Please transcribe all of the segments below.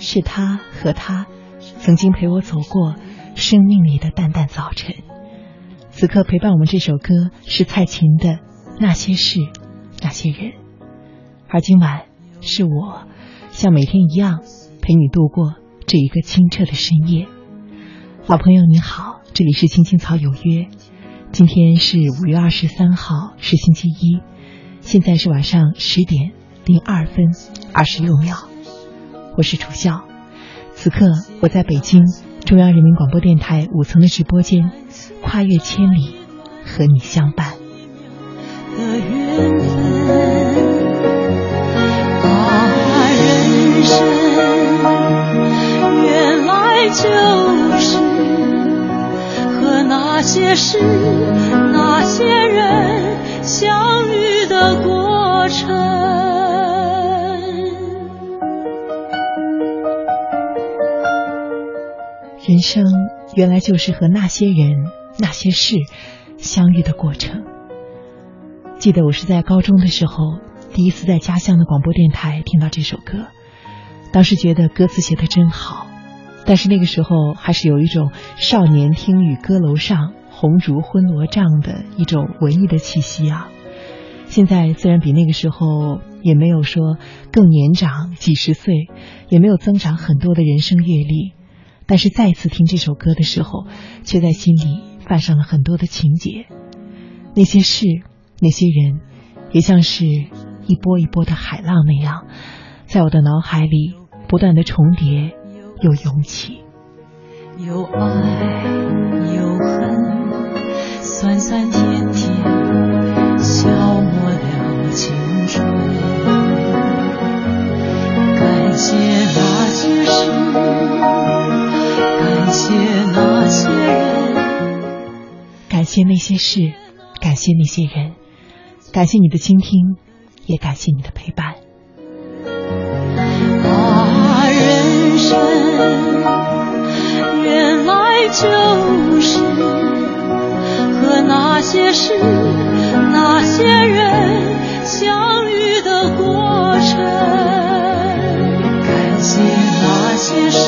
是他和他曾经陪我走过生命里的淡淡早晨。此刻陪伴我们这首歌是蔡琴的《那些事那些人》，而今晚是我像每天一样陪你度过这一个清澈的深夜。老朋友你好，这里是青青草有约，今天是5月23号，是星期一，现在是晚上10点02分26秒，我是楚笑。此刻我在北京中央人民广播电台5层的直播间，跨越千里和你相伴。 的缘分啊，人生原来就是和那些事那些人相遇的过程。 人生原来就是和那些人那些事相遇的过程。记得我是在高中的时候第一次在家乡的广播电台听到这首歌，当时觉得歌词写得真好，但是那个时候还是有一种少年听雨歌楼上红烛昏罗帐的一种文艺的气息啊。现在虽然比那个时候也没有说更年长几十岁，也没有增长很多的人生阅历，但是再一次听这首歌的时候，却在心里泛上了很多的情节。那些事那些人也像是一波一波的海浪那样，在我的脑海里不断的重叠又涌起。 有爱有恨，酸酸甜甜，消磨了青春。感谢那些事，感谢那些人， 感谢那些事，感谢那些人，感谢你的倾听，也感谢你的陪伴。 啊，人生原来就是和那些事那些人相遇的过程。感谢那些事，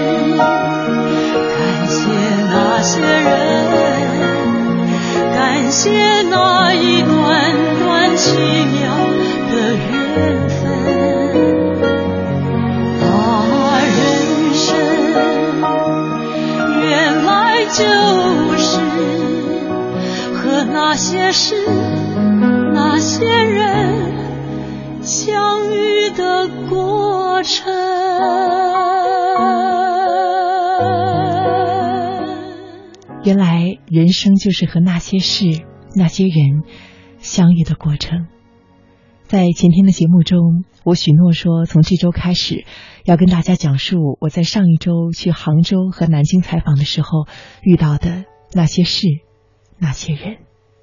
感谢那些人，感谢那一段段奇妙的缘分。啊，人生原来就是和那些事那些人相遇的过程。 原来人生就是和那些事那些人相遇的过程。在前天的节目中，我许诺说从这周开始要跟大家讲述我在上一周去杭州和南京采访的时候遇到的那些事那些人。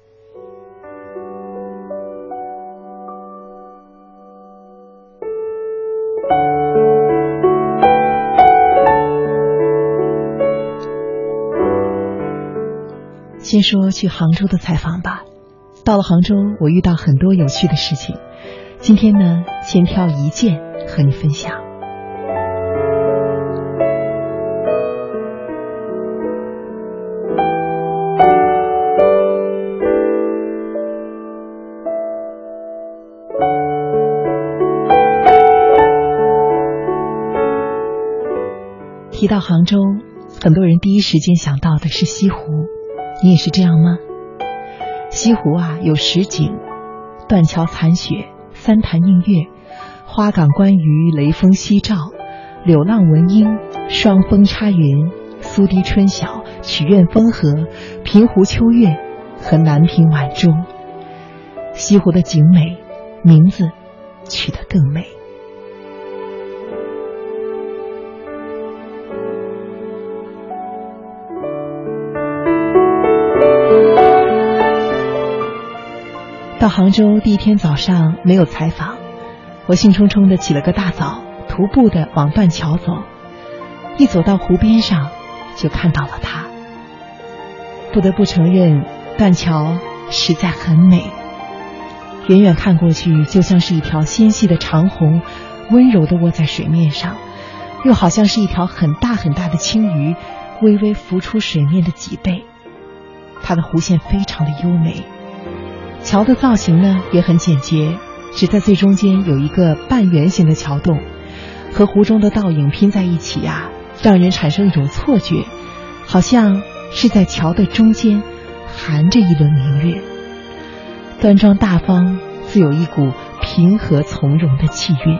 先说去杭州的采访吧。到了杭州，我遇到很多有趣的事情。今天呢，先挑一件和你分享。提到杭州，很多人第一时间想到的是西湖，你也是这样吗？西湖啊，有十景：断桥残雪、三潭映月、花港观鱼、雷峰夕照、柳浪闻莺、双峰插云、苏堤春晓、曲院风荷、平湖秋月和南屏晚钟。西湖的景美，名字取得更美。到杭州第一天早上没有采访，我兴冲冲地起了个大早，徒步地往断桥走。一走到湖边上，就看到了它。不得不承认，断桥实在很美。远远看过去，就像是一条纤细的长虹，温柔地卧在水面上， 又好像是一条很大很大的青鱼微微浮出水面的几倍。它的弧线非常的优美，桥的造型呢也很简洁，只在最中间有一个半圆形的桥洞，和湖中的倒影拼在一起啊，让人产生一种错觉，好像是在桥的中间含着一轮明月，端庄大方，自有一股平和从容的气韵。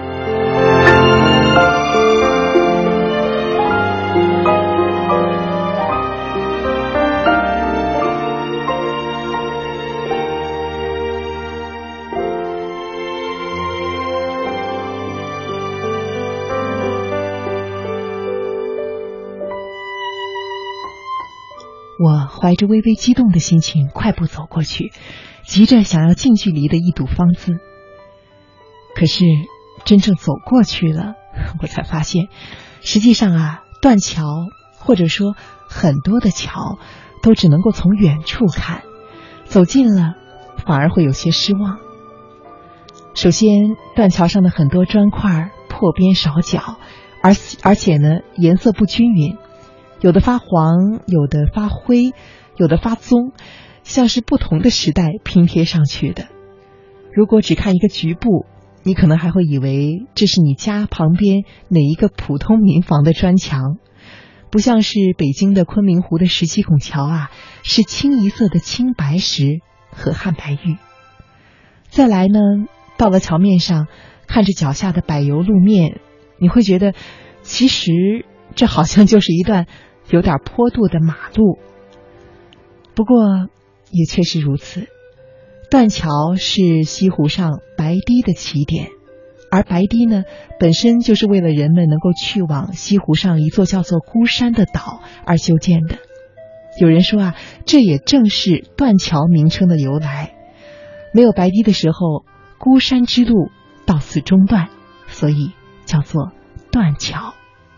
我怀着微微激动的心情快步走过去，急着想要近距离的一睹芳姿。可是真正走过去了，我才发现实际上啊，断桥或者说很多的桥都只能够从远处看，走近了反而会有些失望。首先，断桥上的很多砖块破边少角，而且呢颜色不均匀，有的发黄，有的发灰，有的发棕，像是不同的时代拼贴上去的。如果只看一个局部，你可能还会以为这是你家旁边哪一个普通民房的砖墙，不像是北京的昆明湖的17孔桥啊，是清一色的青白石和汉白玉。再来呢，到了桥面上，看着脚下的柏油路面，你会觉得其实这好像就是一段有点坡度的马路。不过也确实如此，断桥是西湖上白堤的起点，而白堤呢，本身就是为了人们能够去往西湖上一座叫做孤山的岛而修建的。有人说啊，这也正是断桥名称的由来。没有白堤的时候，孤山之路到此中断，所以叫做断桥。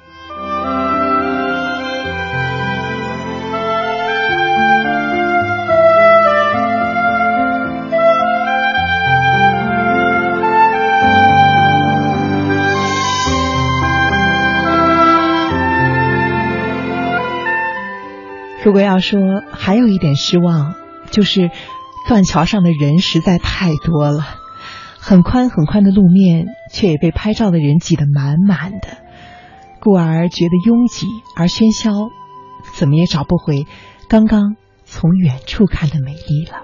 如果要说还有一点失望，就是断桥上的人实在太多了，很宽很宽的路面，却也被拍照的人挤得满满的，故而觉得拥挤而喧嚣，怎么也找不回刚刚从远处看的美丽了。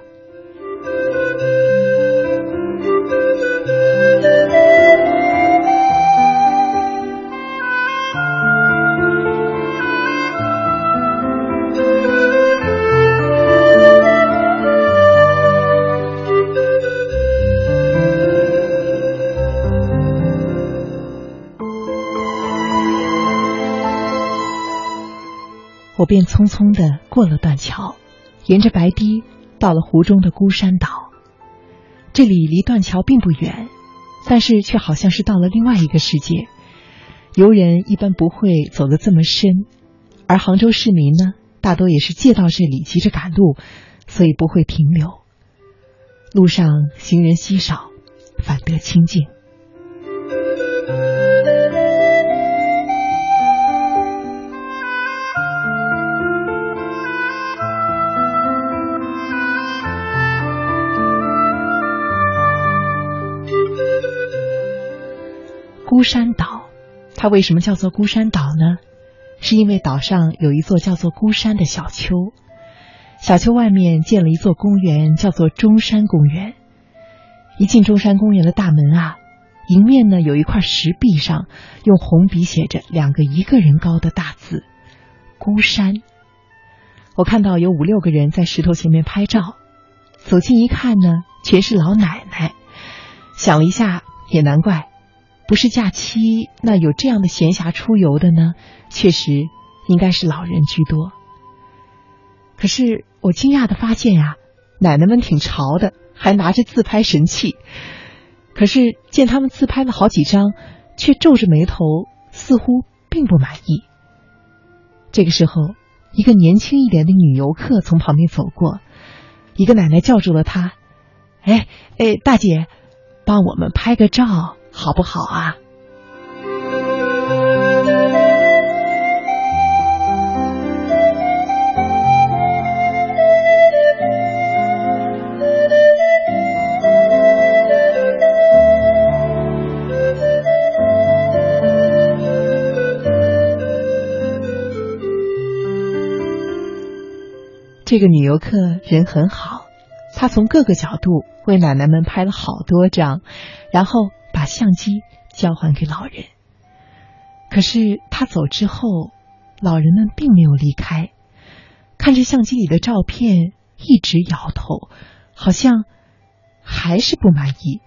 我便匆匆地过了断桥，沿着白堤到了湖中的孤山岛。这里离断桥并不远，但是却好像是到了另外一个世界。游人一般不会走得这么深，而杭州市民呢，大多也是借到这里急着赶路，所以不会停留。路上行人稀少，反得清静。孤山岛，它为什么叫做孤山岛呢？是因为岛上有一座叫做孤山的小丘，小丘外面建了一座公园，叫做中山公园。一进中山公园的大门啊，迎面呢有一块石壁上用红笔写着2个1个人高的大字孤山。我看到有5、6个人在石头前面拍照，走近一看呢，全是老奶奶。想了一下，也难怪，不是假期，那有这样的闲暇出游的呢，确实应该是老人居多。可是我惊讶地发现啊，奶奶们挺潮的，还拿着自拍神器。可是见他们自拍了好几张，却皱着眉头，似乎并不满意。这个时候，一个年轻一点的女游客从旁边走过，一个奶奶叫住了她：“哎，大姐，帮我们拍个照好不好啊？” 这个女游客人很好，她从各个角度为奶奶们拍了好多张，然后把相机交还给老人。可是她走之后，老人们并没有离开，看着相机里的照片一直摇头，好像还是不满意。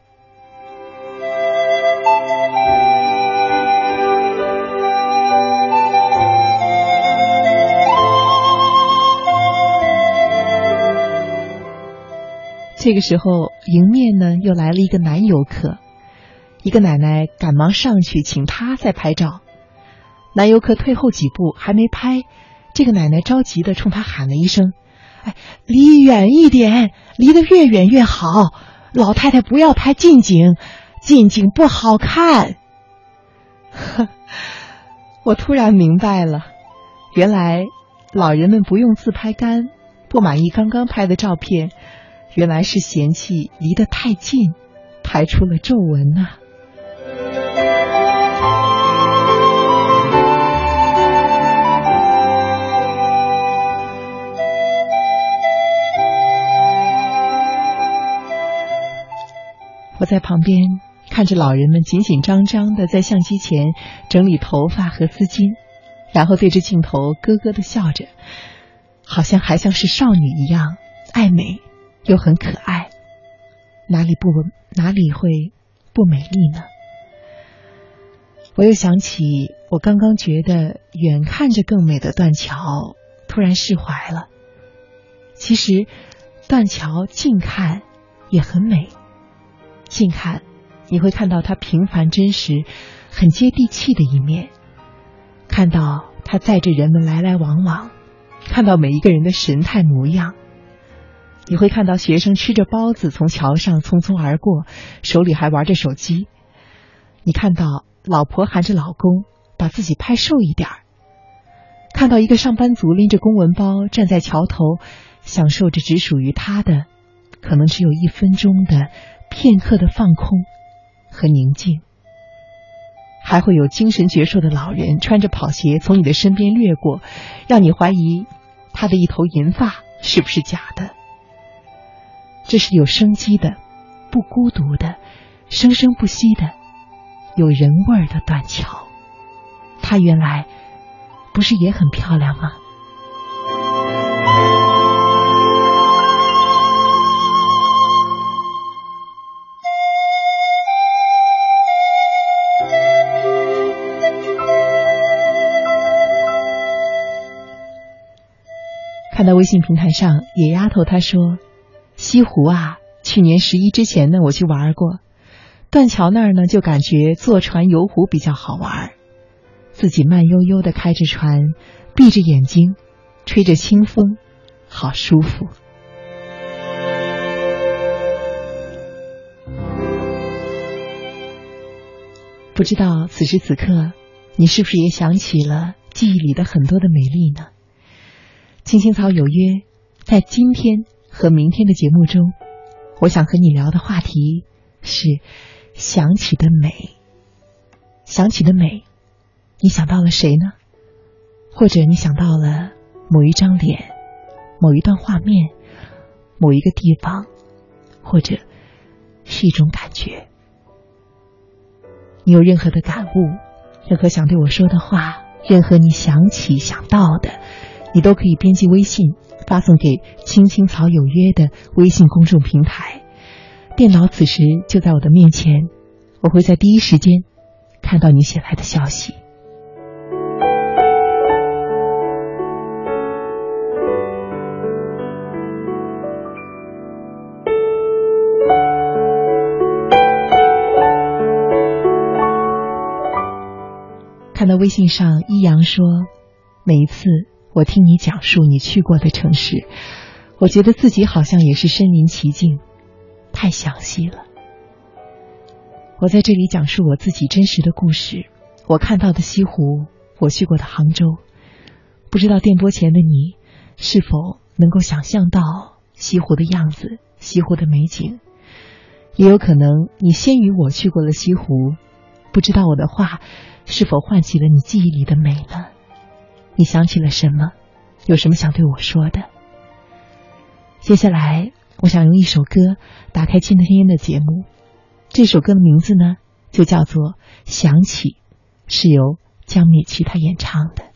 这个时候迎面呢又来了一个男游客，一个奶奶赶忙上去请他再拍照。男游客退后几步还没拍，这个奶奶着急地冲他喊了一声：哎，离远一点，离得越远越好，老太太不要拍近景，近景不好看。我突然明白了，原来老人们不用自拍杆，不满意刚刚拍的照片，原来是嫌弃离得太近，拍出了皱纹啊。我在旁边看着老人们紧紧张张地在相机前整理头发和丝巾，然后对着镜头咯咯地笑着，好像还像是少女一样爱美又很可爱，哪里会不美丽呢？我又想起我刚刚觉得远看着更美的断桥，突然释怀了。其实断桥近看也很美，近看你会看到它平凡真实很接地气的一面，看到它载着人们来来往往，看到每一个人的神态模样。你会看到学生吃着包子从桥上匆匆而过，手里还玩着手机。你看到老婆喊着老公把自己拍瘦一点，看到一个上班族拎着公文包站在桥头，享受着只属于他的可能只有1分钟的片刻的放空和宁静。还会有精神矍铄的老人穿着跑鞋从你的身边掠过，让你怀疑他的一头银发是不是假的。这是有生机的，不孤独的，生生不息的，有人味儿的断桥。它原来不是也很漂亮吗？看到微信平台上野丫头她说，西湖啊，去年11之前呢我去玩过，断桥那儿呢就感觉坐船游湖比较好玩，自己慢悠悠地开着船，闭着眼睛，吹着清风，好舒服。不知道此时此刻你是不是也想起了记忆里的很多的美丽呢？青青草有约，在今天和明天的节目中，我想和你聊的话题是想起的美。想起的美，你想到了谁呢？或者你想到了某一张脸，某一段画面，某一个地方，或者是一种感觉。你有任何的感悟，任何想对我说的话，任何你想起想到的，你都可以编辑微信发送给青青草有约的微信公众平台。电脑此时就在我的面前，我会在第一时间看到你写来的消息。看到微信上一阳说，每一次我听你讲述你去过的城市，我觉得自己好像也是身临其境，太详细了。我在这里讲述我自己真实的故事，我看到的西湖，我去过的杭州。不知道电波前的你是否能够想象到西湖的样子，西湖的美景。也有可能你先于我去过了西湖，不知道我的话是否唤起了你记忆里的美呢？你想起了什么？有什么想对我说的？ 接下来我想用一首歌打开今天的节目，这首歌的名字呢就叫做《想起》，是由江美琪她演唱的。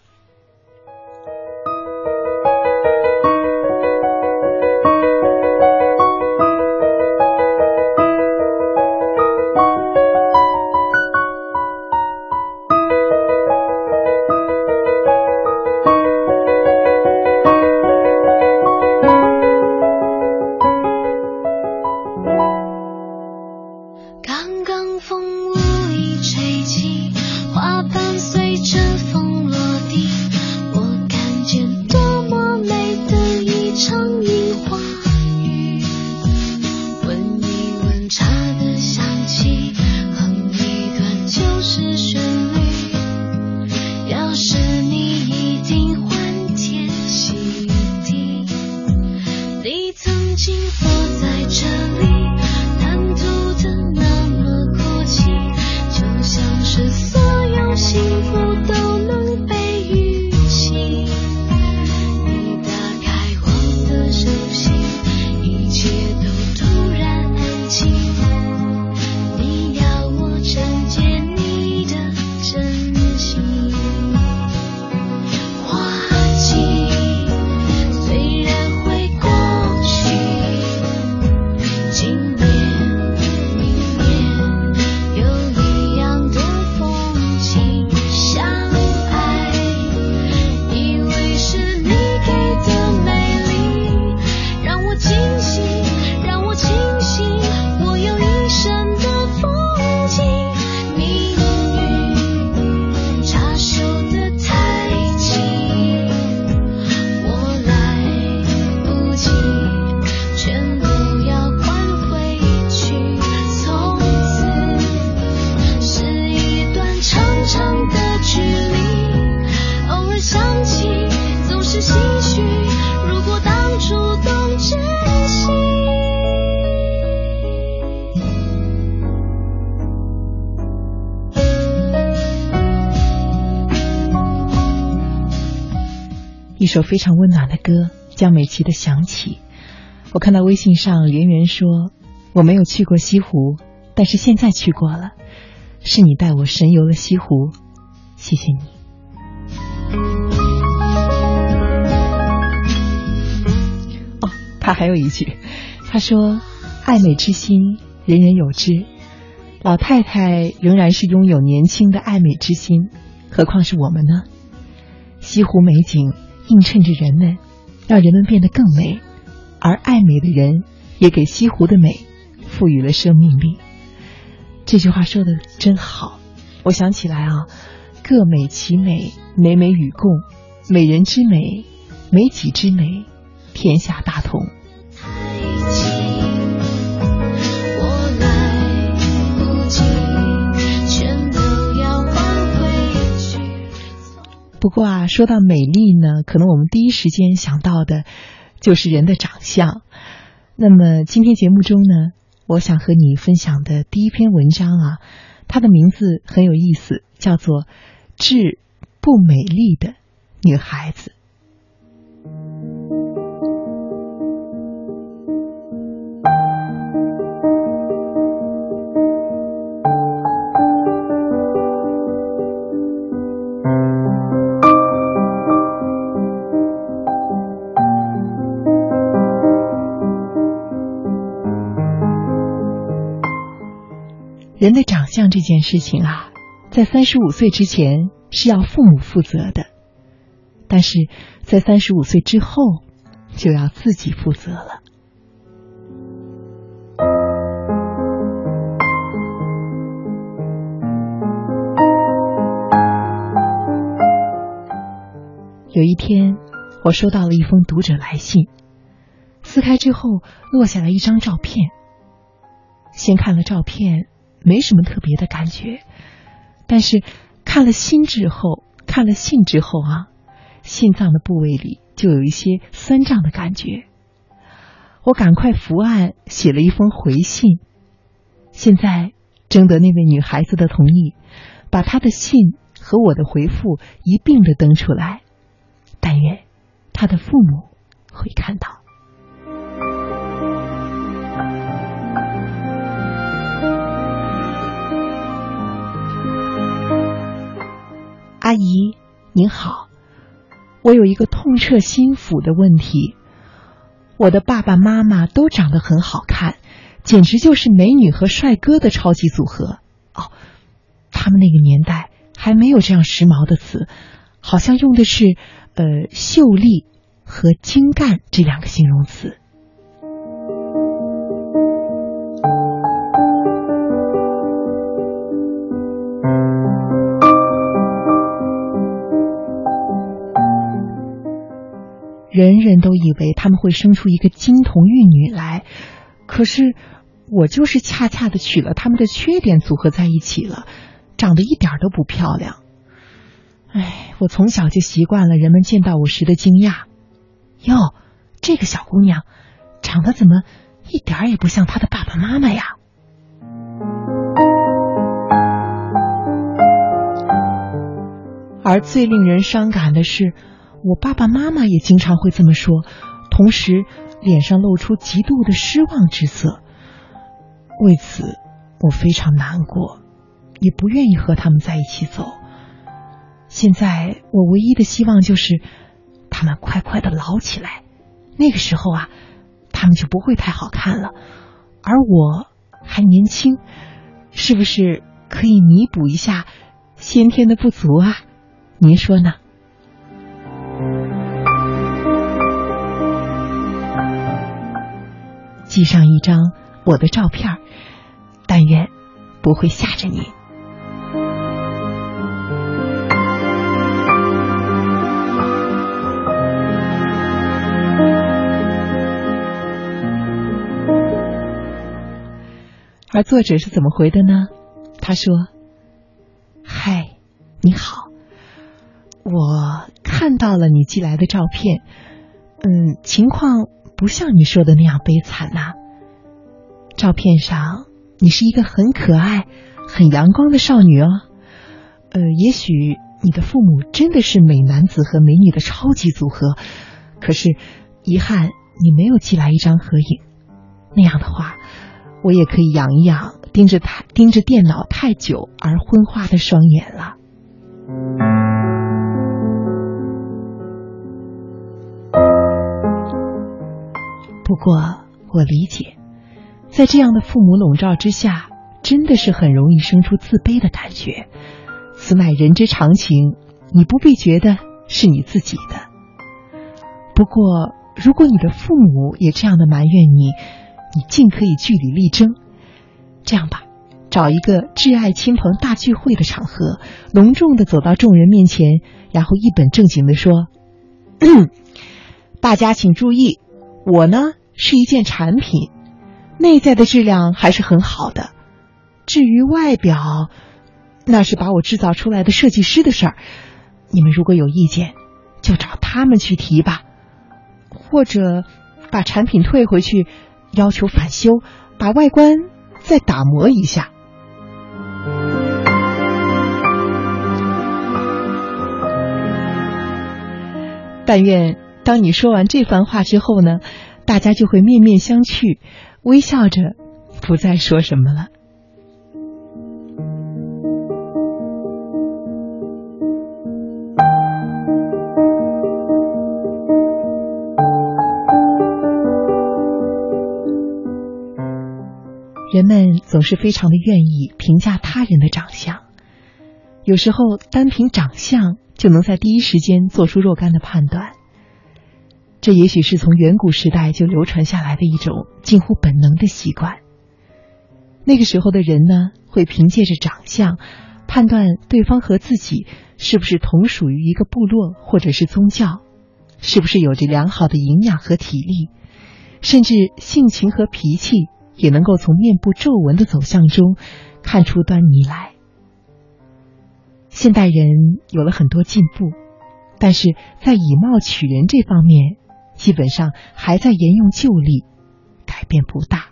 一首非常温暖的歌，江美琪的《想起》。我看到微信上圆圆说，我没有去过西湖，但是现在去过了，是你带我神游了西湖，谢谢你。哦，他还有一句，他说爱美之心人人有之，老太太仍然是拥有年轻的爱美之心，何况是我们呢？西湖美景映衬着人们，让人们变得更美，而爱美的人也给西湖的美赋予了生命力。这句话说的真好，我想起来啊，各美其美，美美与共，美人之美，美己之美，天下大同。不过啊，说到美丽呢，可能我们第一时间想到的就是人的长相。那么今天节目中呢，我想和你分享的第一篇文章啊，它的名字很有意思，叫做《致不美丽的女孩子》。人的长相这件事情啊，在35岁之前是要父母负责的，但是在35岁之后就要自己负责了。有一天，我收到了一封读者来信，撕开之后落下来一张照片。先看了照片，没什么特别的感觉，但是看了信之后啊，心脏的部位里就有一些酸胀的感觉。我赶快伏案写了一封回信，现在征得那位女孩子的同意，把她的信和我的回复一并的登出来，但愿她的父母会看到。 阿姨您好，我有一个痛彻心腑的问题，我的爸爸妈妈都长得很好看，简直就是美女和帅哥的超级组合。他们那个年代还没有这样时髦的词，好像用的是秀丽和精干这两个形容词。人人都以为他们会生出一个金童玉女来，可是我就是恰恰的取了他们的缺点组合在一起了，长得一点都不漂亮。我从小就习惯了人们见到我时的惊讶，哟，这个小姑娘长得怎么一点也不像她的爸爸妈妈呀。而最令人伤感的是，我爸爸妈妈也经常会这么说，同时脸上露出极度的失望之色。为此我非常难过，也不愿意和他们在一起走。现在我唯一的希望就是他们快快的老起来，那个时候他们就不会太好看了，而我还年轻，是不是可以弥补一下先天的不足啊？您说呢？寄上一张我的照片，但愿不会吓着你。而作者是怎么回的呢？他说：嗨，你好，我看到了你寄来的照片，情况不像你说的那样悲惨呐。照片上你是一个很可爱很阳光的少女哦，也许你的父母真的是美男子和美女的超级组合，可是遗憾你没有寄来一张合影，那样的话我也可以养一养盯着电脑太久而昏花的双眼了。不过我理解，在这样的父母笼罩之下，真的是很容易生出自卑的感觉，此乃人之常情，你不必觉得是你自己的。不过如果你的父母也这样的埋怨你，你尽可以据理力争。这样吧，找一个挚爱亲朋大聚会的场合，隆重地走到众人面前，然后一本正经地说：大家请注意，我呢是一件产品，内在的质量还是很好的，至于外表，那是把我制造出来的设计师的事儿，你们如果有意见就找他们去提吧，或者把产品退回去，要求返修，把外观再打磨一下。但愿当你说完这番话之后呢，大家就会面面相觑，微笑着不再说什么了。人们总是非常的愿意评价他人的长相，有时候单凭长相就能在第一时间做出若干的判断，这也许是从远古时代就流传下来的一种近乎本能的习惯。那个时候的人呢，会凭借着长相判断对方和自己是不是同属于一个部落或者是宗教，是不是有着良好的营养和体力，甚至性情和脾气也能够从面部皱纹的走向中看出端倪来。现代人有了很多进步，但是在以貌取人这方面基本上还在沿用旧例，改变不大。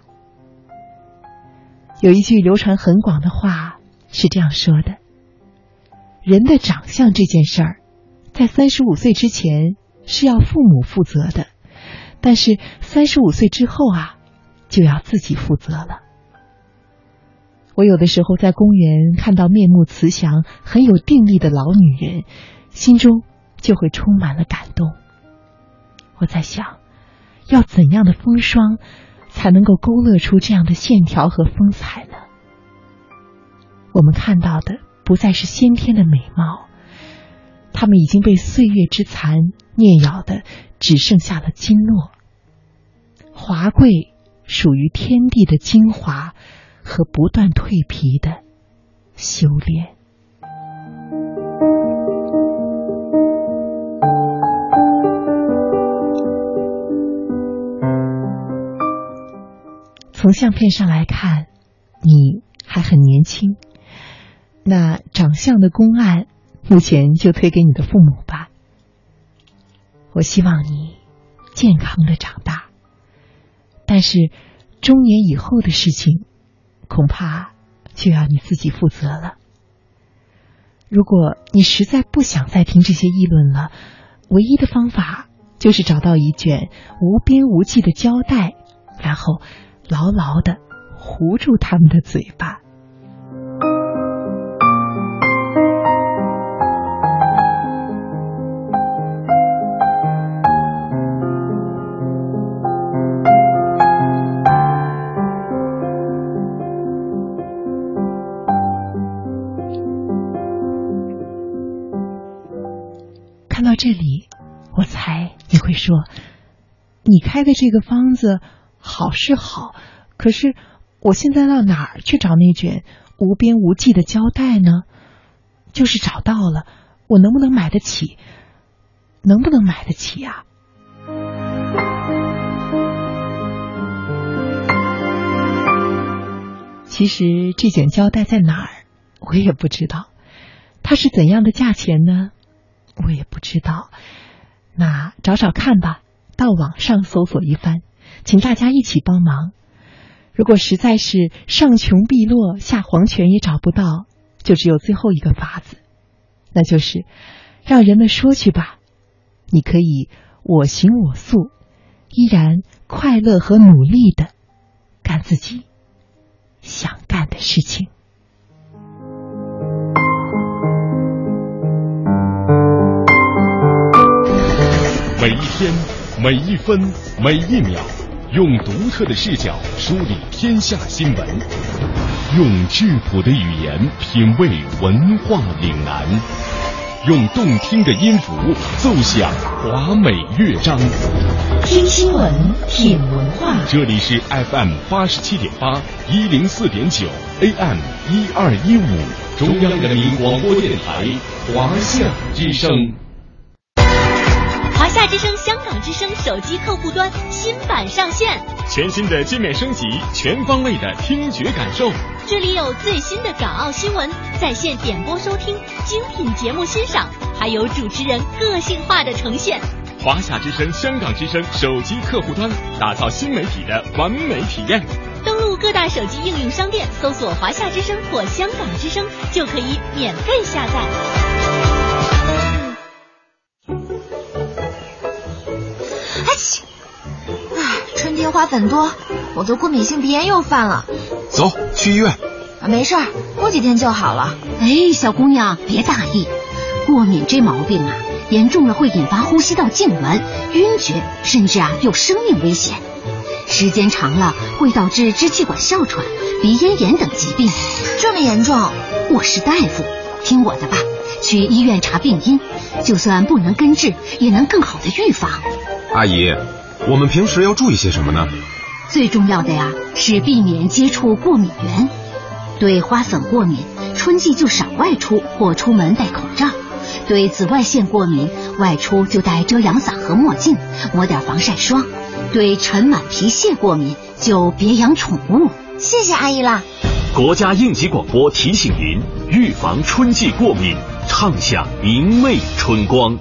有一句流传很广的话是这样说的：人的长相这件事儿，在35岁之前是要父母负责的，但是35岁之后就要自己负责了。 我有的时候在公园看到面目慈祥、很有定力的老女人，心中就会充满了感动。我在想，要怎样的风霜才能够勾勒出这样的线条和风采呢？我们看到的不再是先天的美貌，它们已经被岁月之残啮咬的只剩下了经络。华贵属于天地的精华和不断蜕皮的修炼。从相片上来看，你还很年轻，那长相的公案目前就推给你的父母吧。我希望你健康的长大，但是中年以后的事情恐怕就要你自己负责了。如果你实在不想再听这些议论了，唯一的方法就是找到一卷无边无际的胶带，然后牢牢地糊住他们的嘴巴。看到这里，我猜你会说，你开的这个方子好是好，可是我现在到哪儿去找那卷无边无际的胶带呢？就是找到了，我能不能买得起？能不能买得起啊？其实这卷胶带在哪儿，我也不知道。它是怎样的价钱呢？我也不知道。那找找看吧，到网上搜索一番，请大家一起帮忙。如果实在是上穷碧落下黄泉也找不到，就只有最后一个法子，那就是让人们说去吧，你可以我行我素，依然快乐和努力的干自己想干的事情。 每一天，每一分，每一秒，用独特的视角梳理天下新闻，用质朴的语言品味文化岭南，用动听的音符奏响华美乐章。 听新闻，品文化。 这里是 FM 87.8 104.9 AM 1215中央人民广播电台华夏之声。 华夏之声、香港之声手机客户端新版上线， 全新的界面升级，全方位的听觉感受。 这里有最新的港澳新闻，在线点播收听，精品节目欣赏，还有主持人个性化的呈现。 华夏之声、香港之声手机客户端，打造新媒体的完美体验。 登录各大手机应用商店，搜索华夏之声或香港之声，就可以免费下载。 春天花粉多，我的过敏性鼻炎又犯了。 走，去医院。 没事儿，过几天就好了。 哎，小姑娘别大意，过敏这毛病啊，严重了会引发呼吸道痉挛、晕厥，甚至有生命危险。时间长了会导致支气管哮喘、鼻咽炎等疾病。 这么严重？ 我是大夫，听我的吧，去医院查病因，就算不能根治，也能更好的预防。 阿姨，我们平时要注意些什么呢？ 最重要的呀，是避免接触过敏源。对花粉过敏，春季就少外出或出门戴口罩；对紫外线过敏，外出就戴遮阳伞和墨镜，抹点防晒霜；对尘螨皮屑过敏，就别养宠物。 谢谢阿姨啦。 国家应急广播提醒您：预防春季过敏，畅享明媚春光。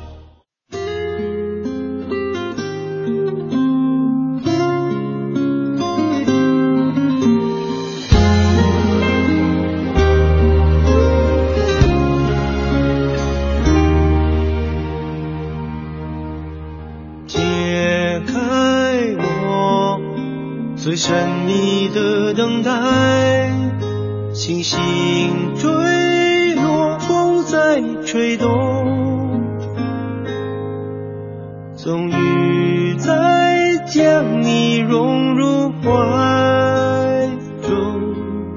最神秘的等待， 星星坠落，风在吹动，终于再将你融入怀中，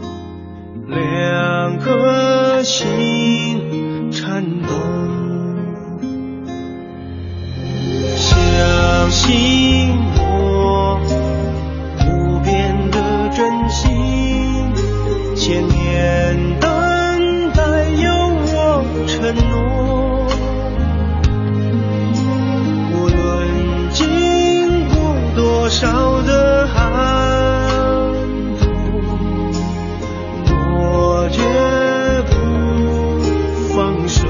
两颗心颤动，相信我不变的真心，千年等待有我承诺，无论经过多少的寒冬，我绝不放手。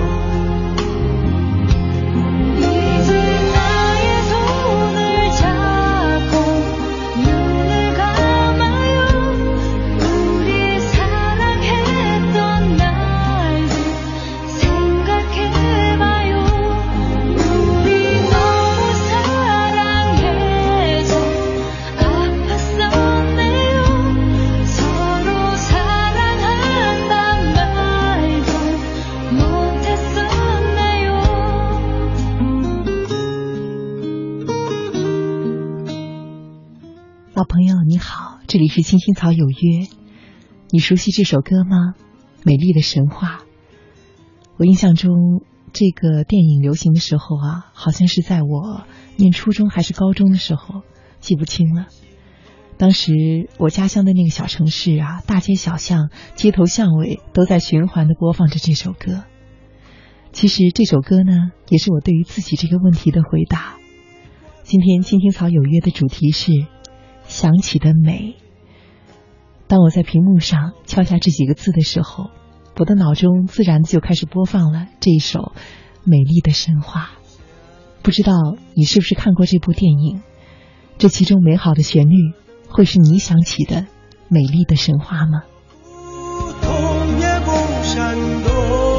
老朋友你好，这里是青青草有约。你熟悉这首歌吗？美丽的神话。我印象中这个电影流行的时候啊，好像是在我念初中还是高中的时候，记不清了。当时我家乡的那个小城市啊，大街小巷街头巷尾都在循环地播放着这首歌。其实这首歌呢，也是我对于自己这个问题的回答。今天青青草有约的主题是想起的美。当我在屏幕上敲下这几个字的时候，我的脑中自然就开始播放了这一首美丽的神话。不知道你是不是看过这部电影？这其中美好的旋律，会是你想起的美丽的神话吗？ 痛也不闪躲，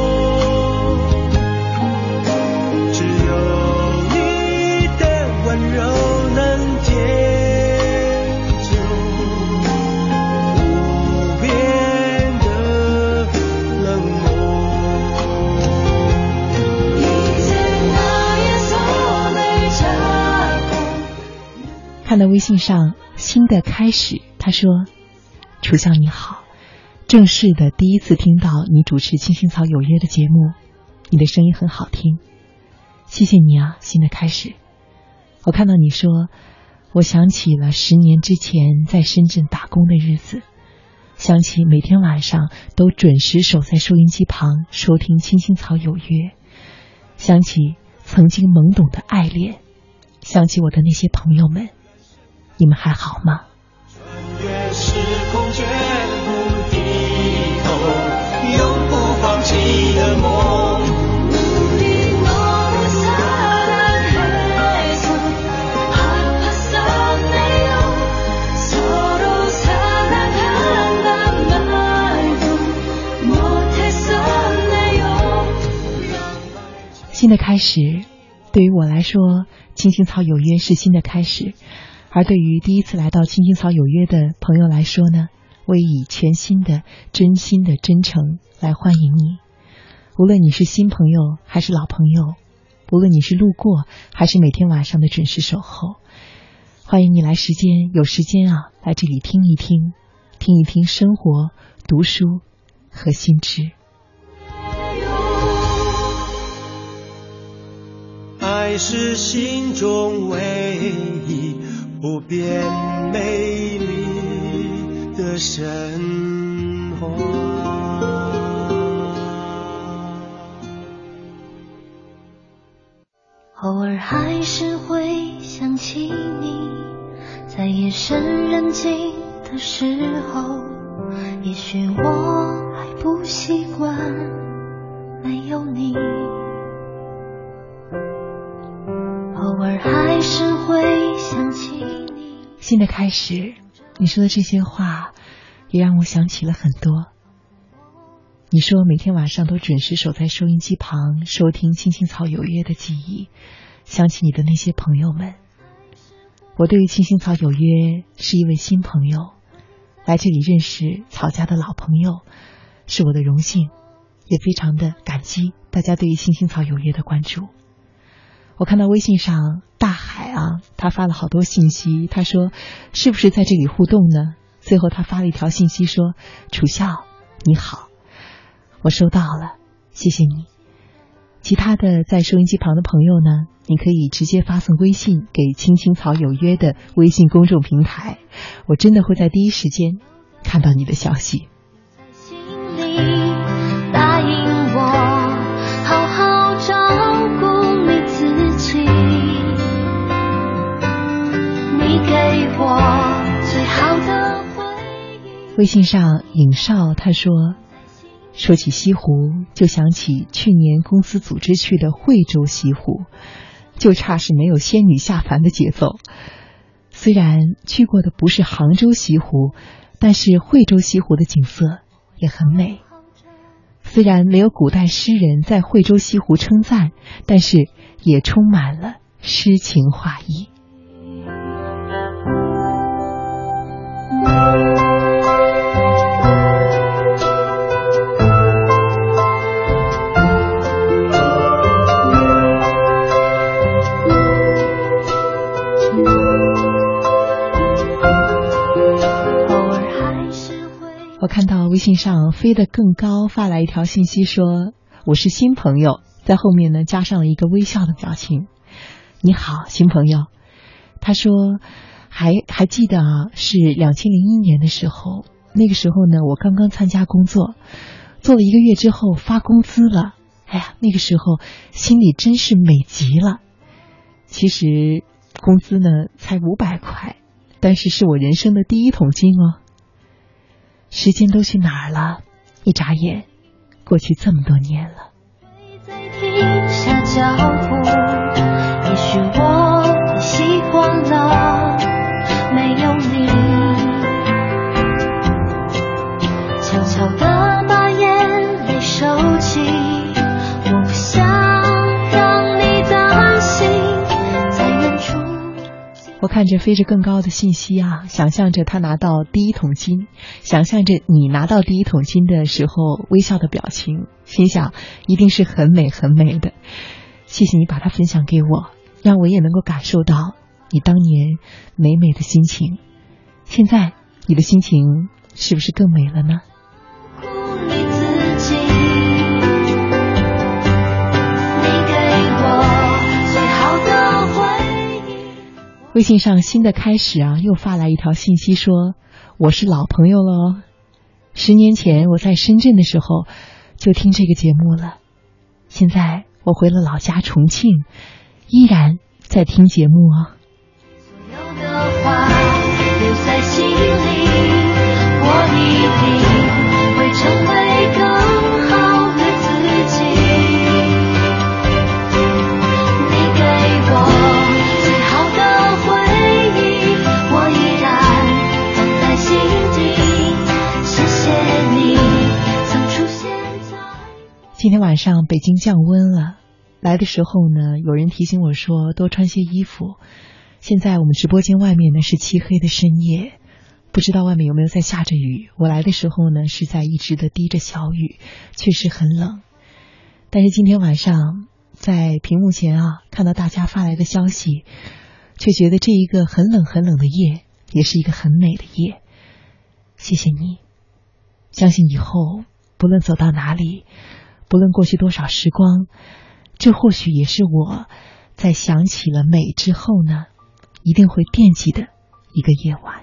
只有你的温柔能解看到微信上新的开始，他说：楚香你好，正式的第一次听到你主持青青草有约的节目，你的声音很好听，谢谢你啊，新的开始。我看到你说，我想起了10年之前在深圳打工的日子，想起每天晚上都准时守在收音机旁收听青青草有约，想起曾经懵懂的爱恋，想起我的那些朋友们，你们还好吗？ 穿越时空绝不低头，永不放弃的梦。 新的开始，对于我来说，青青草有约是新的开始。而对于第一次来到青青草有约的朋友来说呢，我也以全新的真心的真诚来欢迎你。无论你是新朋友还是老朋友，无论你是路过还是每天晚上的准时守候，欢迎你来有时间啊，来这里听一听生活、读书和新知。 爱是心中唯一不变美丽的神话。 偶尔还是会想起你，在夜深人静的时候，也许我还不习惯没有你，偶尔还是会想起你。 新的开始，你说的这些话也让我想起了很多。你说每天晚上都准时守在收音机旁收听青青草有约的记忆，想起你的那些朋友们。我对于青青草有约是一位新朋友， 来这里认识曹家的老朋友，是我的荣幸，也非常的感激大家对于星星草有约的关注。我看到微信上大海啊，他发了好多信息，他说是不是在这里互动呢？最后他发了一条信息说，楚笑你好，我收到了，谢谢你。其他的在收音机旁的朋友呢，你可以直接发送微信给青青草有约的微信公众平台，我真的会在第一时间看到你的消息。 心里答应我好好照顾你自己，你给我最好的回忆。 微信上尹少他说起西湖就想起去年公司组织去的惠州西湖，就差是没有仙女下凡的节奏。虽然去过的不是杭州西湖，但是惠州西湖的景色也很美。虽然没有古代诗人在惠州西湖称赞，但是也充满了诗情画意。我看到微信上飞得更高发来一条信息说，我是新朋友，在后面呢加上了一个微笑的表情。你好，新朋友。他说还记得啊，是2001年的时候，那个时候呢我刚刚参加工作，做了1个月之后发工资了。哎呀，那个时候心里真是美极了。其实工资呢才500块，但是是我人生的第一桶金哦。时间都去哪儿了？一眨眼，过去这么多年了。 停下脚步，也许我习惯了没有你，悄悄地把眼泪收起，我不想让你担心，在远处。 我看着飞着更高的信息啊，想象着他拿到第一桶金，想象着你拿到第一桶金的时候微笑的表情，心想一定是很美很美的。谢谢你把它分享给我，让我也能够感受到你当年美美的心情。现在你的心情是不是更美了呢？微信上新的开始啊，又发来一条信息说，我是老朋友了哦。10年前我在深圳的时候就听这个节目了，现在我回了老家重庆，依然在听节目哦。 所有的话留在心里，我一定会成为更好的自己。你给我最好的回忆，我依然放在心底。谢谢你曾出现在。 今天晚上北京降温了，来的时候呢，有人提醒我说多穿些衣服。现在我们直播间外面呢是漆黑的深夜，不知道外面有没有在下着雨。我来的时候呢是在一直的滴着小雨，确实很冷。但是今天晚上在屏幕前啊，看到大家发来的消息，却觉得这一个很冷很冷的夜也是一个很美的夜。谢谢你，相信以后不论走到哪里，不论过去多少时光，这或许也是我在想起了美之后呢一定会惦记的一个夜晚。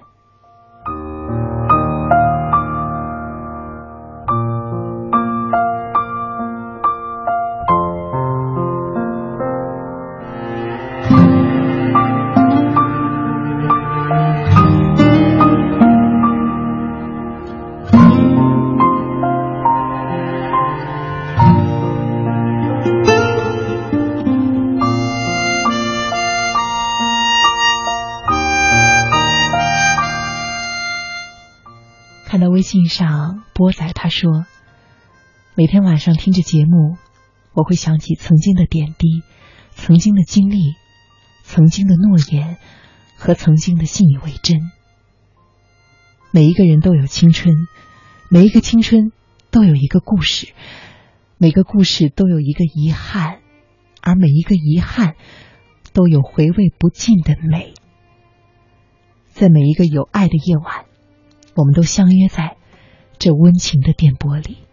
微信上波仔他说，每天晚上听着节目，我会想起曾经的点滴，曾经的经历，曾经的诺言和曾经的信以为真。 每一个人都有青春，每一个青春都有一个故事，每个故事都有一个遗憾，而每一个遗憾都有回味不尽的美。在每一个有爱的夜晚，我们都相约在这温情的电波里。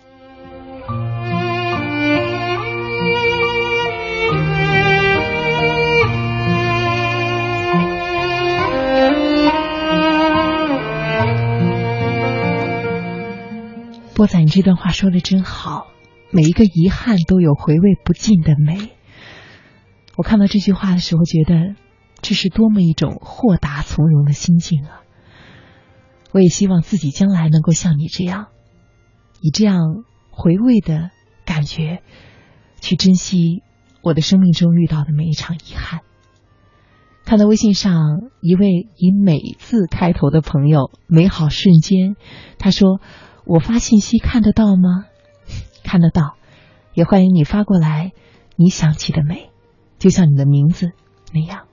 波仔，你这段话说的真好，每一个遗憾都有回味不尽的美。我看到这句话的时候，觉得这是多么一种豁达从容的心境啊！我也希望自己将来能够像你这样，以这样回味的感觉去珍惜我的生命中遇到的每一场遗憾。看到微信上一位以美字开头的朋友，美好瞬间，他说，我发信息看得到吗？看得到，也欢迎你发过来你想起的美，就像你的名字那样。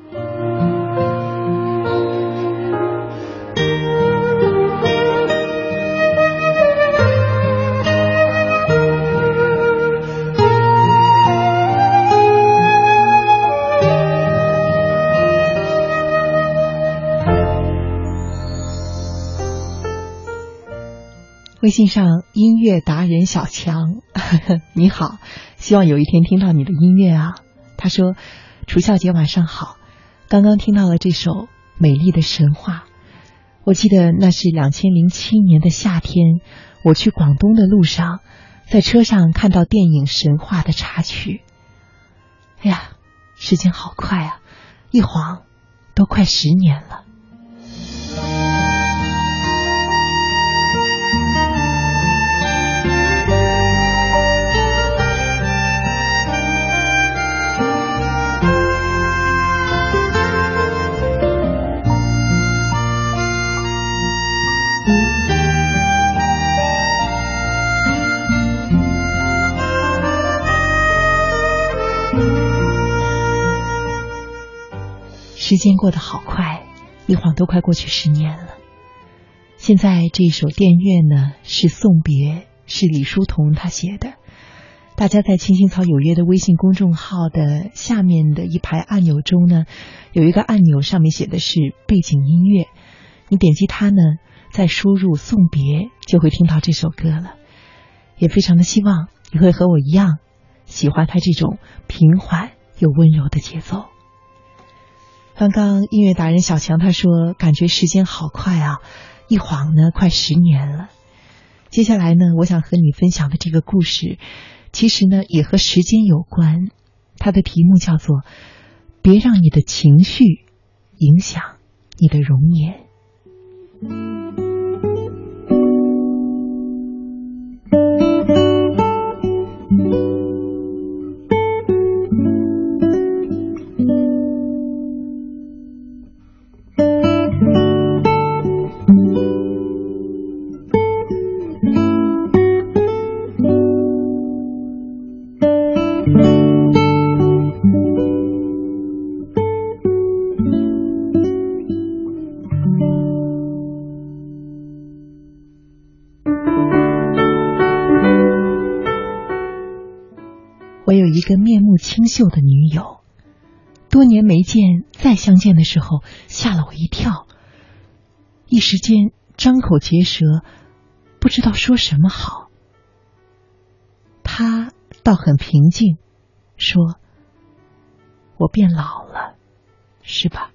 微信上音乐达人小强你好，希望有一天听到你的音乐啊。他说，楚笑姐晚上好，刚刚听到了这首美丽的神话。我记得那是2007年的夏天，我去广东的路上，在车上看到电影神话的插曲。哎呀，时间好快啊，一晃都快10年了。时间过得好快，一晃都快过去10年了。现在这首电乐呢，是送别，是李叔同他写的。大家在青青草有约的微信公众号的下面的一排按钮中呢，有一个按钮上面写的是背景音乐，你点击它呢，再输入送别，就会听到这首歌了。也非常的希望你会和我一样喜欢它这种平缓又温柔的节奏。刚刚音乐达人小强他说，感觉时间好快啊，一晃呢快10年了。接下来呢，我想和你分享的这个故事其实呢也和时间有关，它的题目叫做别让你的情绪影响你的容颜。我有一个面目清秀的女友，多年没见，再相见的时候吓了我一跳，一时间张口结舌，不知道说什么好。她倒很平静，说，我变老了，是吧？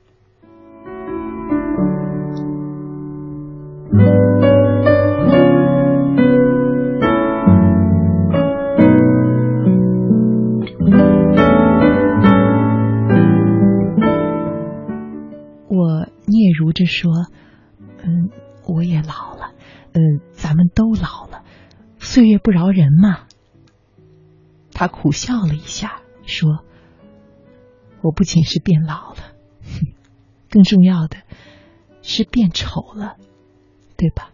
我嗫嚅着说，我也老了，咱们都老了，岁月不饶人嘛。他苦笑了一下，说，我不仅是变老了，更重要的是变丑了，对吧？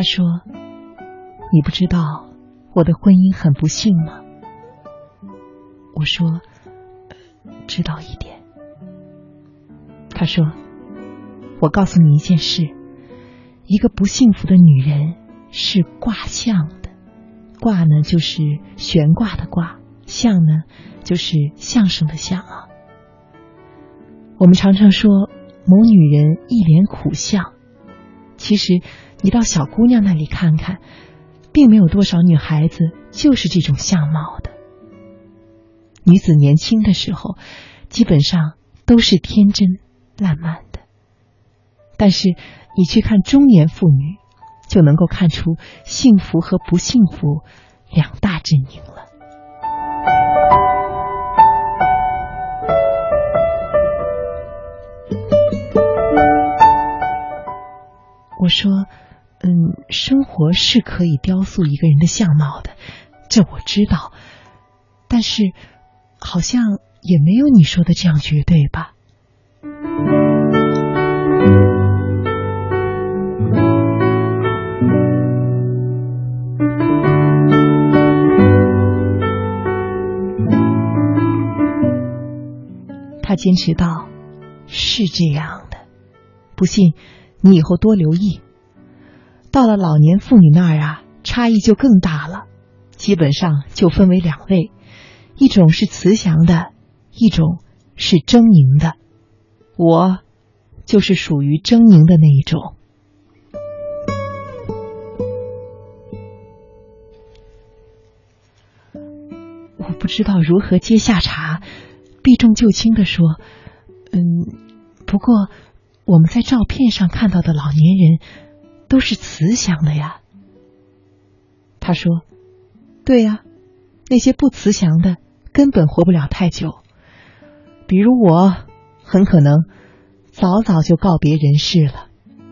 他说，你不知道我的婚姻很不幸吗？我说，知道一点。他说，我告诉你一件事，一个不幸福的女人是卦象的，卦呢就是悬挂的卦，相呢就是相声的相啊。我们常常说某女人一脸苦相，其实你到小姑娘那里看看，并没有多少女孩子就是这种相貌的。女子年轻的时候基本上都是天真烂漫的，但是你去看中年妇女，就能够看出幸福和不幸福两大阵营了。我说，生活是可以雕塑一个人的相貌的，这我知道，但是好像也没有你说的这样绝对吧？他坚持道，是这样的，不信你以后多留意。到了老年妇女那儿啊，差异就更大了，基本上就分为两类，一种是慈祥的，一种是狰狞的。我就是属于狰狞的那一种。我不知道如何接下茬，避重就轻地说，不过我们在照片上看到的老年人都是慈祥的呀。他说，对呀，那些不慈祥的根本活不了太久，比如我很可能早早就告别人世了。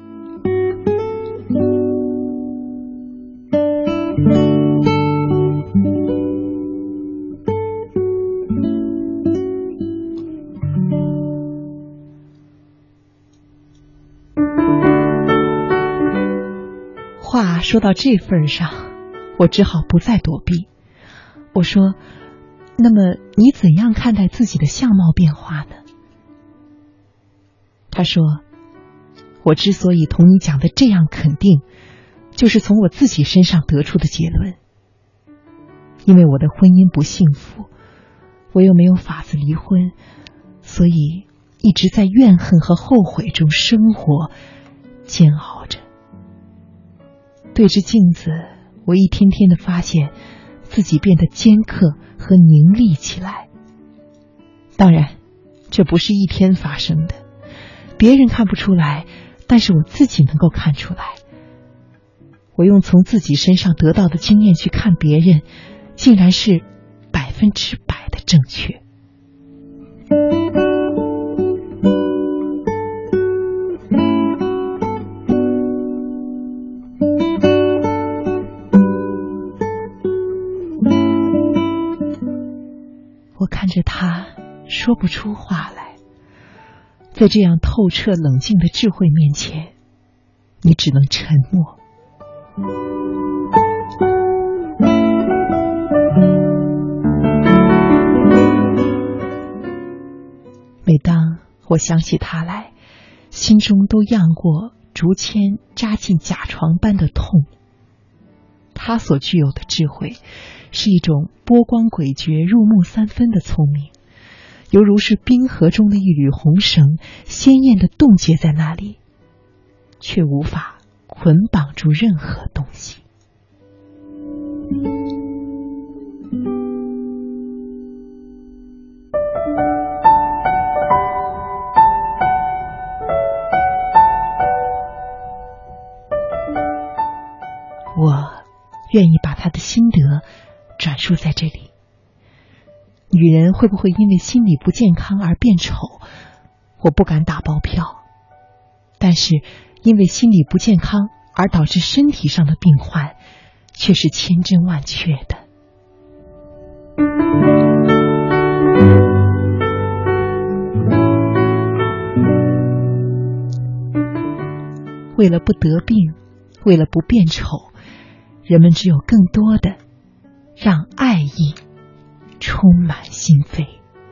话说到这份上，我只好不再躲避。我说，那么你怎样看待自己的相貌变化呢？他说，我之所以同你讲的这样肯定，就是从我自己身上得出的结论。因为我的婚姻不幸福，我又没有法子离婚，所以一直在怨恨和后悔中生活，煎熬着。对着镜子，我一天天的发现自己变得尖刻和凝厉起来。当然，这不是一天发生的，别人看不出来，但是我自己能够看出来。我用从自己身上得到的经验去看别人，竟然是100%的正确。我看着他说不出话来，在这样透彻冷静的智慧面前，你只能沉默。每当我想起他来，心中都漾过竹签扎进甲床般的痛。他所具有的智慧是一种波光诡谲、入木三分的聪明，犹如是冰河中的一缕红绳，鲜艳的冻结在那里，却无法捆绑住任何东西。我愿意把他的心得转述在这里。女人会不会因为心理不健康而变丑，我不敢打包票，但是因为心理不健康而导致身体上的病患，却是千真万确的。为了不得病， 为了不变丑，人们只有更多的让爱意充满心扉。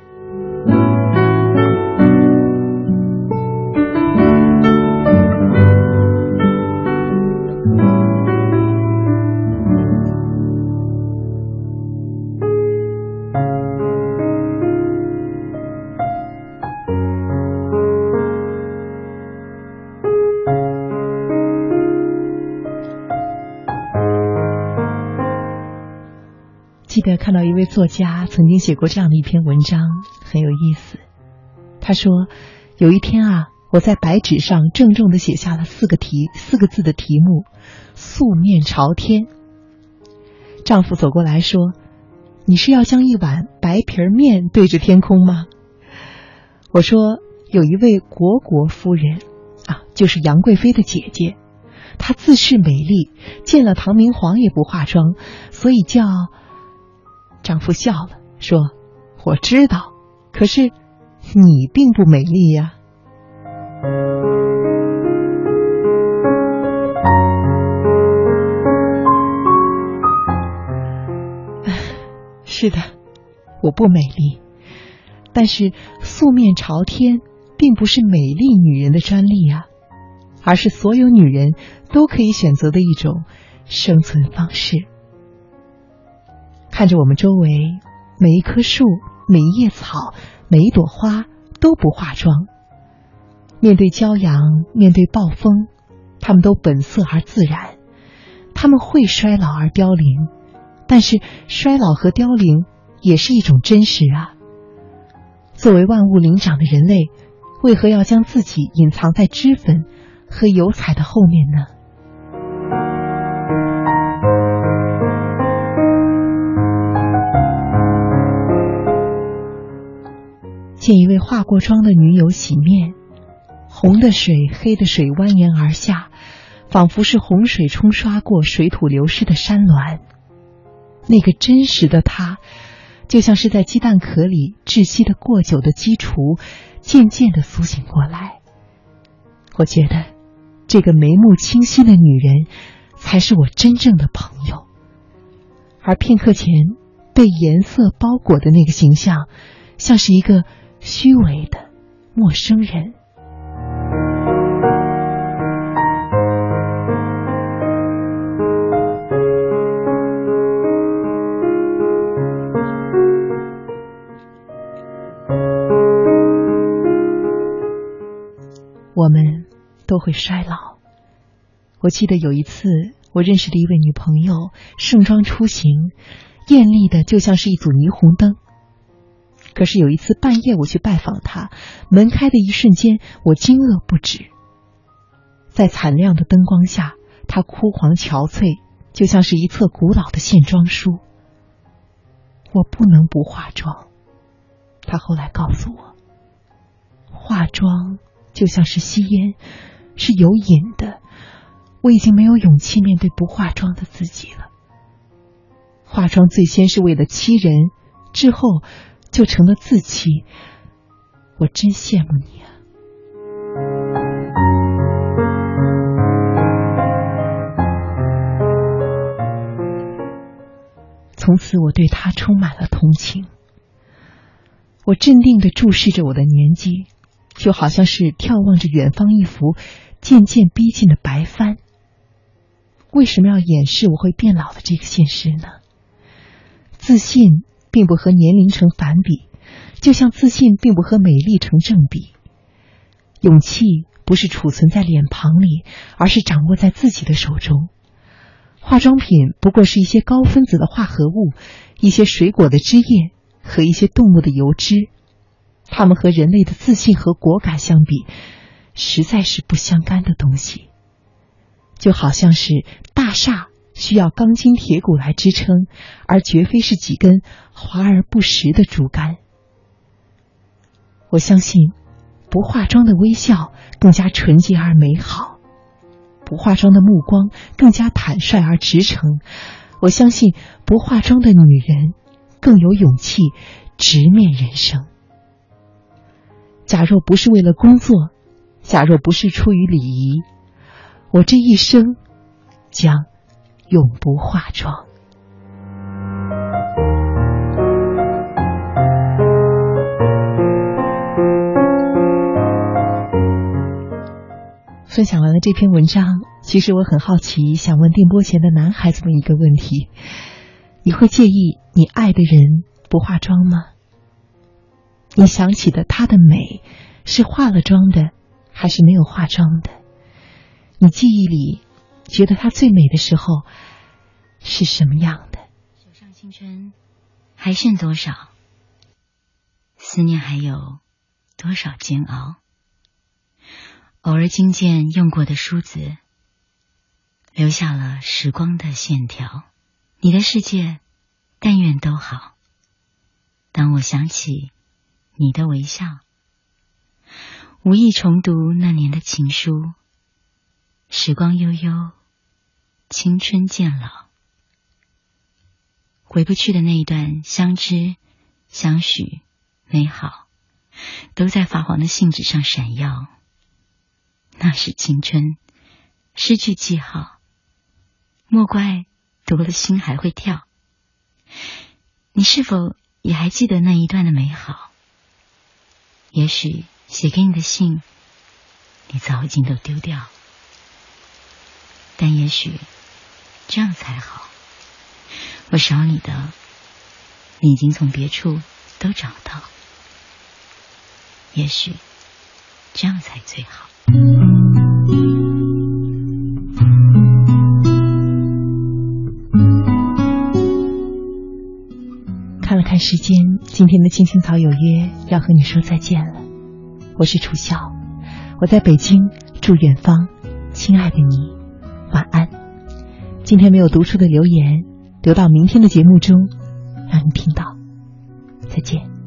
记得看到一位作家曾经写过这样的一篇文章，很有意思。他说，有一天啊，我在白纸上郑重地写下了四个字的题目：素面朝天。丈夫走过来说，你是要将一碗白皮面对着天空吗？我说，有一位国夫人啊，就是杨贵妃的姐姐，她自恃美丽，见了唐明皇也不化妆，所以叫……丈夫笑了，说，我知道，可是你并不美丽呀。是的，我不美丽，但是素面朝天并不是美丽女人的专利啊，而是所有女人都可以选择的一种生存方式。看着我们周围每一棵树、每一叶草、每一朵花都不化妆，面对骄阳，面对暴风，它们都本色而自然。它们会衰老而凋零，但是衰老和凋零也是一种真实啊。作为万物灵长的人类，为何要将自己隐藏在脂粉和油彩的后面呢？见一位化过妆的女友洗面，红的水黑的水蜿蜒而下，仿佛是洪水冲刷过水土流失的山峦。那个真实的她，就像是在鸡蛋壳里窒息的过久的鸡雏，渐渐地苏醒过来。我觉得这个眉目清晰的女人才是我真正的朋友，而片刻前被颜色包裹的那个形象，像是一个虚伪的陌生人。我们都会衰老。我记得有一次，我认识的一位女朋友盛装出行，艳丽的就像是一组霓虹灯。可是有一次半夜我去拜访她，门开的一瞬间，我惊愕不止。在惨亮的灯光下，她枯黄憔悴，就像是一册古老的线装书。我不能不化妆，她后来告诉我，化妆就像是吸烟，是有瘾的。我已经没有勇气面对不化妆的自己了。化妆最先是为了欺人，之后就成了自欺。我真羡慕你啊。从此我对他充满了同情。我镇定地注视着我的年纪，就好像是眺望着远方一幅渐渐逼近的白帆。为什么要掩饰我会变老的这个现实呢？自信并不和年龄成反比，就像自信并不和美丽成正比。勇气不是储存在脸庞里，而是掌握在自己的手中。化妆品不过是一些高分子的化合物，一些水果的汁液和一些动物的油脂，它们和人类的自信和果敢相比，实在是不相干的东西。就好像是大厦需要钢筋铁骨来支撑，而绝非是几根华而不实的竹竿。我相信不化妆的微笑更加纯洁而美好，不化妆的目光更加坦率而直诚。我相信不化妆的女人更有勇气直面人生。假若不是为了工作，假若不是出于礼仪，我这一生将永不化妆。分享完了这篇文章，其实我很好奇，想问电波前的男孩子们一个问题：你会介意你爱的人不化妆吗？你想起的她的美是化了妆的还是没有化妆的？你记忆里觉得她最美的时候是什么样的？ 手上青春还剩多少？思念还有多少煎熬？偶尔惊见用过的梳子，留下了时光的线条。你的世界但愿都好。当我想起你的微笑，无意重读那年的情书，时光悠悠，青春渐老，回不去的那一段相知相许美好，都在发黄的信纸上闪耀。那是青春，失去记号，莫怪读了心还会跳。你是否也还记得那一段的美好？也许写给你的信你早已经都丢掉，但也许这样才好。我少你的，你已经从别处都找到，也许这样才最好。 看了看时间，今天的青青草有约要和你说再见了。我是楚笑，我在北京，祝远方亲爱的你晚安。今天没有读出的留言留到明天的节目中让你听到。再见。